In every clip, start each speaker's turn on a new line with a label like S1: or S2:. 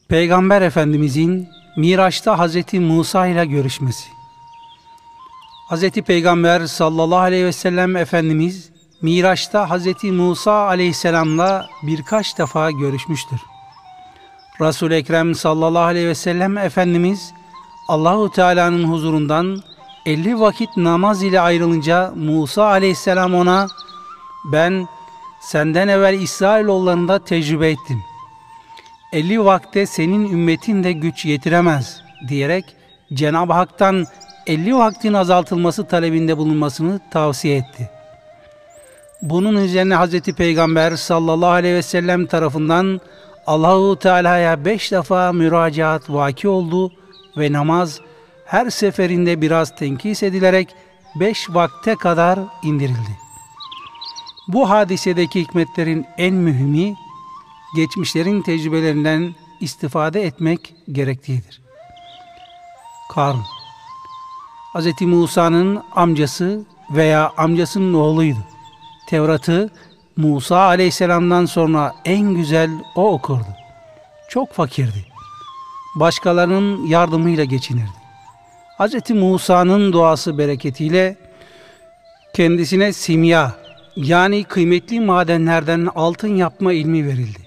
S1: Peygamber Efendimizin Miraç'ta Hazreti Musa ile görüşmesi. Hazreti Peygamber sallallahu aleyhi ve sellem Efendimiz Miraç'ta Hazreti Musa aleyhisselamla birkaç defa görüşmüştür. Resul-i Ekrem sallallahu aleyhi ve sellem Efendimiz Allahu Teala'nın huzurundan 50 vakit namaz ile ayrılınca Musa aleyhisselam ona "Ben senden evvel İsrailoğullarında tecrübe ettim. 50 vakte senin ümmetin de güç yetiremez" diyerek Cenab-ı Hak'tan 50 vaktin azaltılması talebinde bulunmasını tavsiye etti. Bunun üzerine Hazreti Peygamber sallallahu aleyhi ve sellem tarafından Allahu Teala'ya 5 defa müracaat vaki oldu ve namaz her seferinde biraz tenkis edilerek 5 vakte kadar indirildi. Bu hadisedeki hikmetlerin en mühimi, geçmişlerin tecrübelerinden istifade etmek gerektiğidir. Karun, Hz. Musa'nın amcası veya amcasının oğluydu. Tevrat'ı Musa aleyhisselamdan sonra en güzel o okurdu. Çok fakirdi. Başkalarının yardımıyla geçinirdi. Hz. Musa'nın duası bereketiyle kendisine simya, yani kıymetli madenlerden altın yapma ilmi verildi.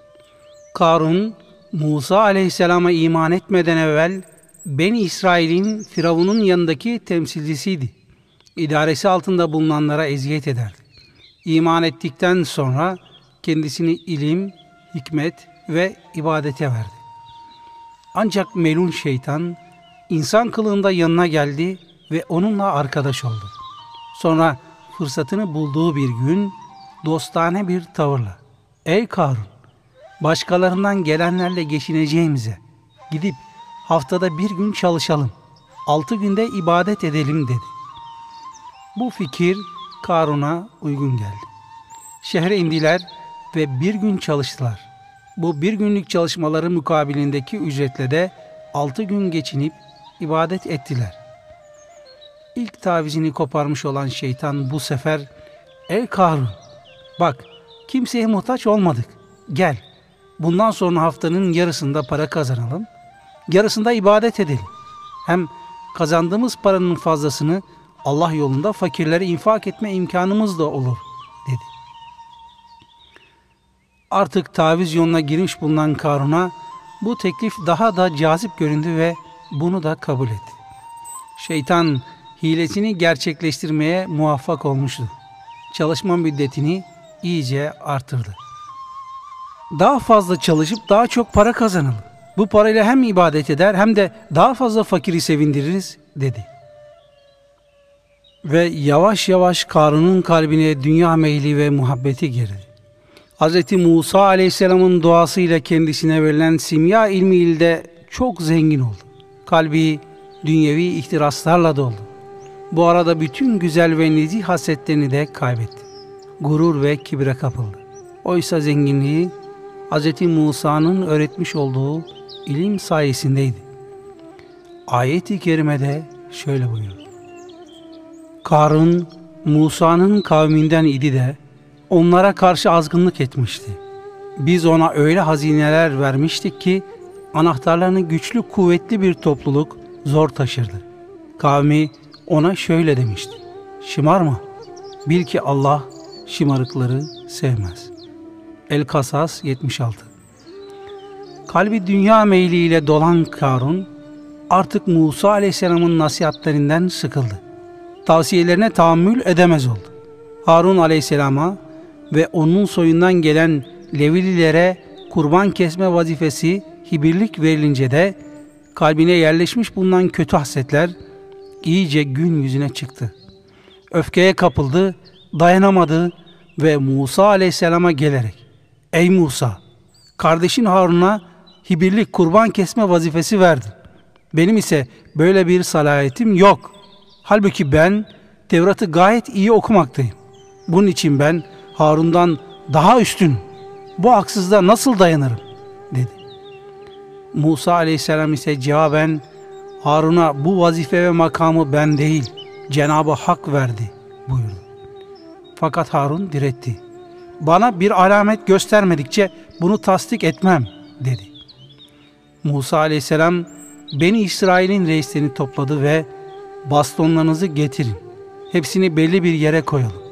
S1: Karun, Musa aleyhisselama iman etmeden evvel Beni İsrail'in Firavun'un yanındaki temsilcisiydi. İdaresi altında bulunanlara eziyet ederdi. İman ettikten sonra kendisini ilim, hikmet ve ibadete verdi. Ancak melun şeytan insan kılığında yanına geldi ve onunla arkadaş oldu. Sonra fırsatını bulduğu bir gün dostane bir tavırla "Ey Karun, başkalarından gelenlerle geçineceğimize gidip haftada bir gün çalışalım, 6 günde ibadet edelim" dedi. Bu fikir Karun'a uygun geldi. Şehre indiler ve bir gün çalıştılar. Bu bir günlük çalışmaları mukabilindeki ücretle de 6 gün geçinip ibadet ettiler. İlk tavizini koparmış olan şeytan bu sefer "Ey Karun, bak kimseye muhtaç olmadık. Gel, bundan sonra haftanın yarısında para kazanalım, yarısında ibadet edelim. Hem kazandığımız paranın fazlasını Allah yolunda fakirlere infak etme imkanımız da olur" dedi. Artık taviz yoluna girmiş bulunan Karun'a bu teklif daha da cazip göründü ve bunu da kabul etti. Şeytan hilesini gerçekleştirmeye muvaffak olmuştu. Çalışma müddetini iyice artırdı. Daha fazla çalışıp daha çok para kazanalım. Bu parayla hem ibadet eder hem de daha fazla fakiri sevindiririz dedi. Ve yavaş yavaş Karun'un kalbine dünya meyli ve muhabbeti girdi. Hz. Musa aleyhisselamın duasıyla kendisine verilen simya ilmiyle de çok zengin oldu. Kalbi dünyevi ihtiraslarla doldu. Bu arada bütün güzel ve nezih hasletlerini de kaybetti. Gurur ve kibre kapıldı. Oysa zenginliği Hz. Musa'nın öğretmiş olduğu ilim sayesindeydi. Ayet-i kerimede şöyle buyuruyor: Karun, Musa'nın kavminden idi de onlara karşı azgınlık etmişti. Biz ona öyle hazineler vermiştik ki anahtarlarını güçlü kuvvetli bir topluluk zor taşırdı. Kavmi ona şöyle demişti: şımarma, bil ki Allah şımarıkları sevmez. El-Kasas 76. Kalbi dünya meyliyle dolan Karun artık Musa aleyhisselamın nasihatlerinden sıkıldı. Tavsiyelerine tahammül edemez oldu. Harun aleyhisselama ve onun soyundan gelen Levililere kurban kesme vazifesi hibirlik verilince de kalbine yerleşmiş bulunan kötü hasletler iyice gün yüzüne çıktı. Öfkeye kapıldı, dayanamadı ve Musa aleyhisselama gelerek "Ey Musa, kardeşin Harun'a hibirlik kurban kesme vazifesi verdi. Benim ise böyle bir salahiyetim yok. Halbuki ben Tevrat'ı gayet iyi okumaktayım. Bunun için ben Harun'dan daha üstünüm. Bu haksızlığa nasıl dayanırım?" dedi. Musa aleyhisselam ise cevaben Harun'a bu vazife ve makamı ben değil, Cenab-ı Hak verdi buyurdu. Fakat Harun diretti. "Bana bir alamet göstermedikçe bunu tasdik etmem" dedi. Musa aleyhisselam Beni İsrail'in reislerini topladı ve bastonlarınızı getirin. Hepsini belli bir yere koyalım.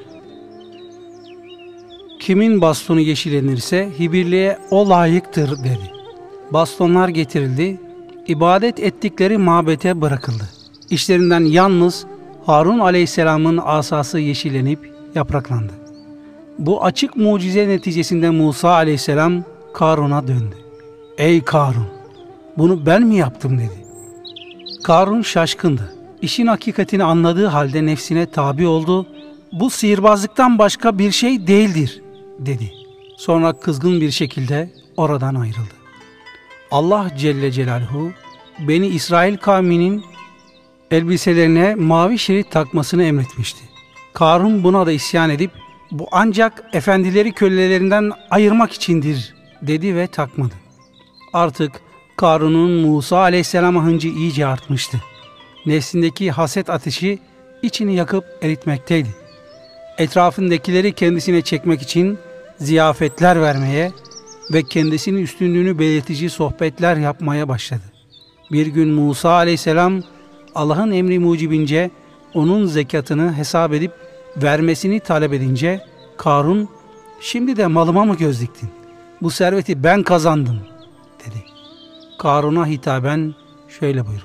S1: Kimin bastonu yeşillenirse Hibirliğe o layıktır dedi. Bastonlar getirildi. İbadet ettikleri mabete bırakıldı. İşlerinden yalnız Harun aleyhisselamın asası yeşillenip yapraklandı. Bu açık mucize neticesinde Musa aleyhisselam Karun'a döndü. Ey Karun! Bunu ben mi yaptım dedi. Karun şaşkındı. İşin hakikatini anladığı halde nefsine tabi oldu. Bu sihirbazlıktan başka bir şey değildir dedi. Sonra kızgın bir şekilde oradan ayrıldı. Allah Celle Celaluhu Beni İsrail kavminin elbiselerine mavi şerit takmasını emretmişti. Karun buna da isyan edip bu ancak efendileri kölelerinden ayırmak içindir dedi ve takmadı. Artık Karun'un Musa aleyhisselama hıncı iyice artmıştı. Nefsindeki haset ateşi içini yakıp eritmekteydi. Etrafındakileri kendisine çekmek için ziyafetler vermeye ve kendisinin üstünlüğünü belirtici sohbetler yapmaya başladı. Bir gün Musa aleyhisselam Allah'ın emri mucibince onun zekatını hesap edip vermesini talep edince Karun, "Şimdi de malıma mı göz diktin? Bu serveti ben kazandım," dedi. Karun'a hitaben şöyle buyuruldu: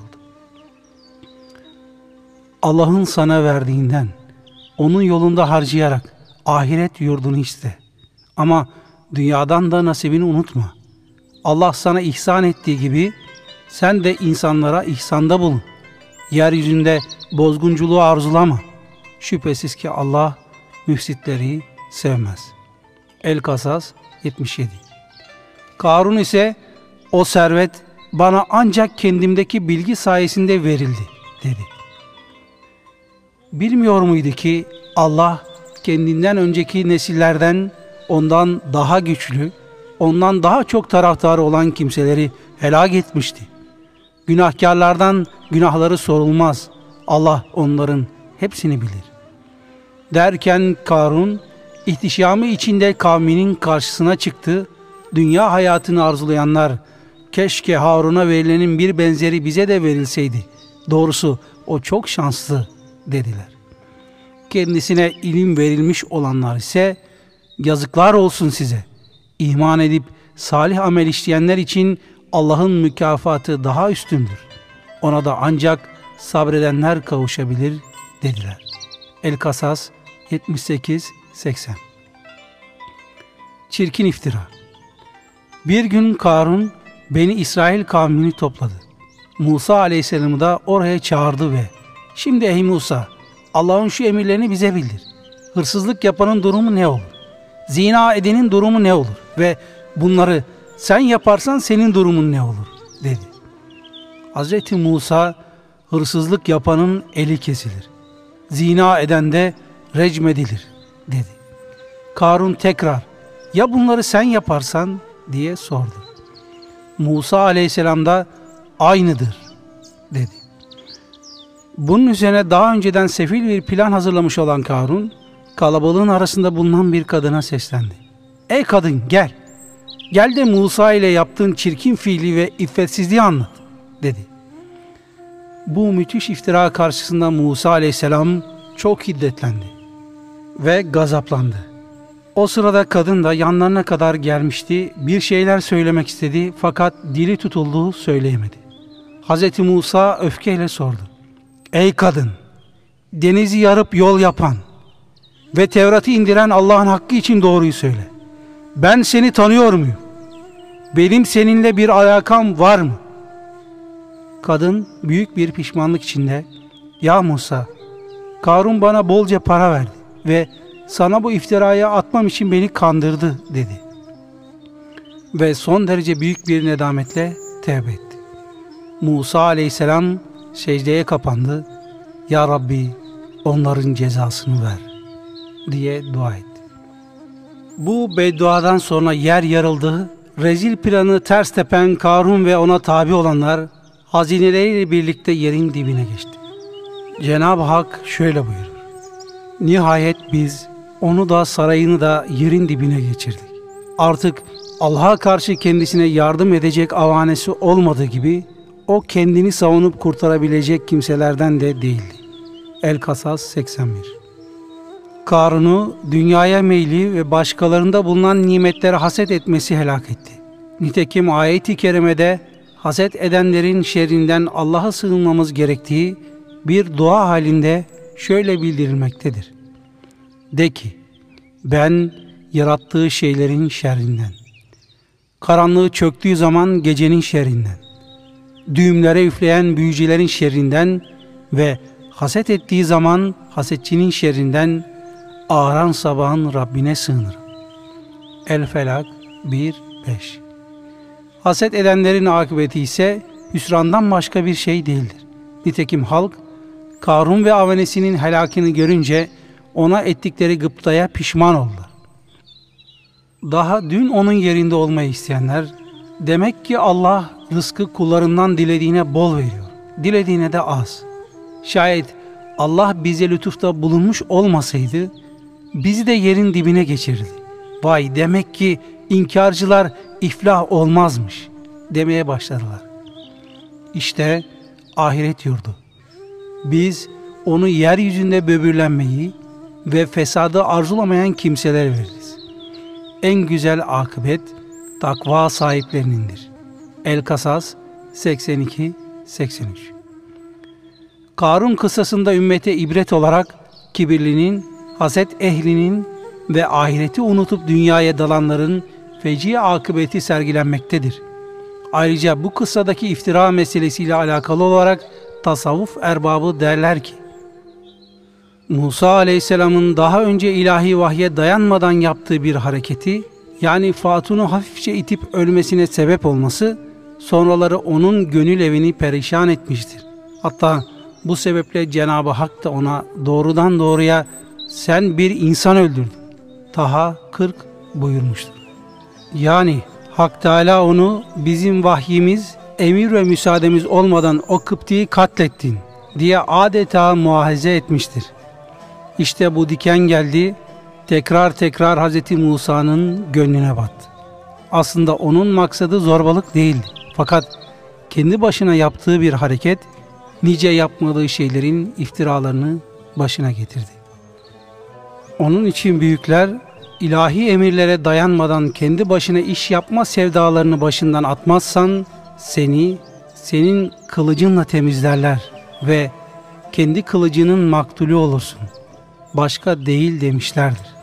S1: Allah'ın sana verdiğinden, onun yolunda harcayarak ahiret yurdunu iste. Ama dünyadan da nasibini unutma. Allah sana ihsan ettiği gibi sen de insanlara ihsanda bulun. Yeryüzünde bozgunculuğu arzulama. Şüphesiz ki Allah müfsitleri sevmez. El-Kasas 77. Karun ise o servet bana ancak kendimdeki bilgi sayesinde verildi dedi. Bilmiyor muydu ki Allah kendinden önceki nesillerden ondan daha güçlü, ondan daha çok taraftarı olan kimseleri helak etmişti. Günahkarlardan günahları sorulmaz. Allah onların hepsini bilir. Derken Karun ihtişamı içinde kavminin karşısına çıktı. Dünya hayatını arzulayanlar, keşke Harun'a verilenin bir benzeri bize de verilseydi. Doğrusu o çok şanslı dediler. Kendisine ilim verilmiş olanlar ise yazıklar olsun size. İman edip salih amel işleyenler için Allah'ın mükafatı daha üstündür. Ona da ancak sabredenler kavuşabilir dediler. El-Kasas 78-80. Çirkin iftira. Bir gün Karun Beni İsrail kavmini topladı. Musa aleyhisselamı da oraya çağırdı ve "Şimdi ey Musa, Allah'ın şu emirlerini bize bildir. Hırsızlık yapanın durumu ne olur? Zina edenin durumu ne olur? Ve bunları sen yaparsan senin durumun ne olur?" dedi. Hazreti Musa, hırsızlık yapanın eli kesilir, zina eden de recmedilir dedi. Karun tekrar, "Ya bunları sen yaparsan?" diye sordu. Musa aleyhisselam da aynıdır dedi. Bunun üzerine daha önceden sefil bir plan hazırlamış olan Karun, kalabalığın arasında bulunan bir kadına seslendi. "Ey kadın gel, gel de Musa ile yaptığın çirkin fiili ve iffetsizliği anlat," dedi. Bu müthiş iftira karşısında Musa aleyhisselam çok hiddetlendi ve gazaplandı. O sırada kadın da yanlarına kadar gelmişti, bir şeyler söylemek istedi fakat dili tutuldu, söyleyemedi. Hz. Musa öfkeyle sordu. "Ey kadın, denizi yarıp yol yapan ve Tevrat'ı indiren Allah'ın hakkı için doğruyu söyle. Ben seni tanıyor muyum? Benim seninle bir alakam var mı?" Kadın büyük bir pişmanlık içinde, "Ya Musa, Karun bana bolca para verdi ve sana bu iftiraya atmam için beni kandırdı," dedi. Ve son derece büyük bir nedametle tevbe etti. Musa aleyhisselam secdeye kapandı. "Ya Rabbi, onların cezasını ver," diye dua etti. Bu bedduadan sonra yer yarıldı. Rezil planı ters tepen Karun ve ona tabi olanlar hazineleriyle birlikte yerin dibine geçti. Cenab-ı Hak şöyle buyurur: "Nihayet biz onu da sarayını da yerin dibine geçirdik. Artık Allah'a karşı kendisine yardım edecek avanesi olmadığı gibi o kendini savunup kurtarabilecek kimselerden de değildi. El-Kasas 81. Karun'u dünyaya meyli ve başkalarında bulunan nimetlere haset etmesi helak etti. Nitekim ayet-i kerimede haset edenlerin şerrinden Allah'a sığınmamız gerektiği bir dua halinde şöyle bildirilmektedir. De ki, ben yarattığı şeylerin şerrinden, karanlığı çöktüğü zaman gecenin şerrinden, düğümlere üfleyen büyücülerin şerrinden ve haset ettiği zaman hasetçinin şerrinden ağaran sabahın Rabbine sığınırım. El-Felak 1-5. Haset edenlerin akıbeti ise hüsrandan başka bir şey değildir. Nitekim halk, Karun ve avanesinin helakını görünce ona ettikleri gıptaya pişman oldular. Daha dün onun yerinde olmayı isteyenler, demek ki Allah rızkı kullarından dilediğine bol veriyor, dilediğine de az. Şayet Allah bize lütufta bulunmuş olmasaydı, bizi de yerin dibine geçirirdi. Vay, demek ki inkarcılar iflah olmazmış demeye başladılar. İşte ahiret yurdu. Biz onu yeryüzünde böbürlenmeyi ve fesadı arzulamayan kimseler veririz. En güzel akıbet takva sahiplerinindir. El-Kasas 82-83. Karun kıssasında ümmete ibret olarak kibirlinin, haset ehlinin ve ahireti unutup dünyaya dalanların feci akıbeti sergilenmektedir. Ayrıca bu kıssadaki iftira meselesiyle alakalı olarak tasavvuf erbabı derler ki, Musa Aleyhisselam'ın daha önce ilahi vahye dayanmadan yaptığı bir hareketi, yani Fatun'u hafifçe itip ölmesine sebep olması, sonraları onun gönül evini perişan etmiştir. Hatta bu sebeple Cenab-ı Hak da ona doğrudan doğruya sen bir insan öldürdün, Taha 40 buyurmuştur. Yani Hak Teala onu bizim vahyimiz, emir ve müsaademiz olmadan o Kıpti'yi katlettin diye adeta muahize etmiştir. İşte bu diken geldi, tekrar tekrar Hz. Musa'nın gönlüne battı. Aslında onun maksadı zorbalık değildi. Fakat kendi başına yaptığı bir hareket, nice yapmadığı şeylerin iftiralarını başına getirdi. Onun için büyükler, ilahi emirlere dayanmadan kendi başına iş yapma sevdalarını başından atmazsan, seni senin kılıcınla temizlerler ve kendi kılıcının maktulü olursun. Başka değil demişlerdir.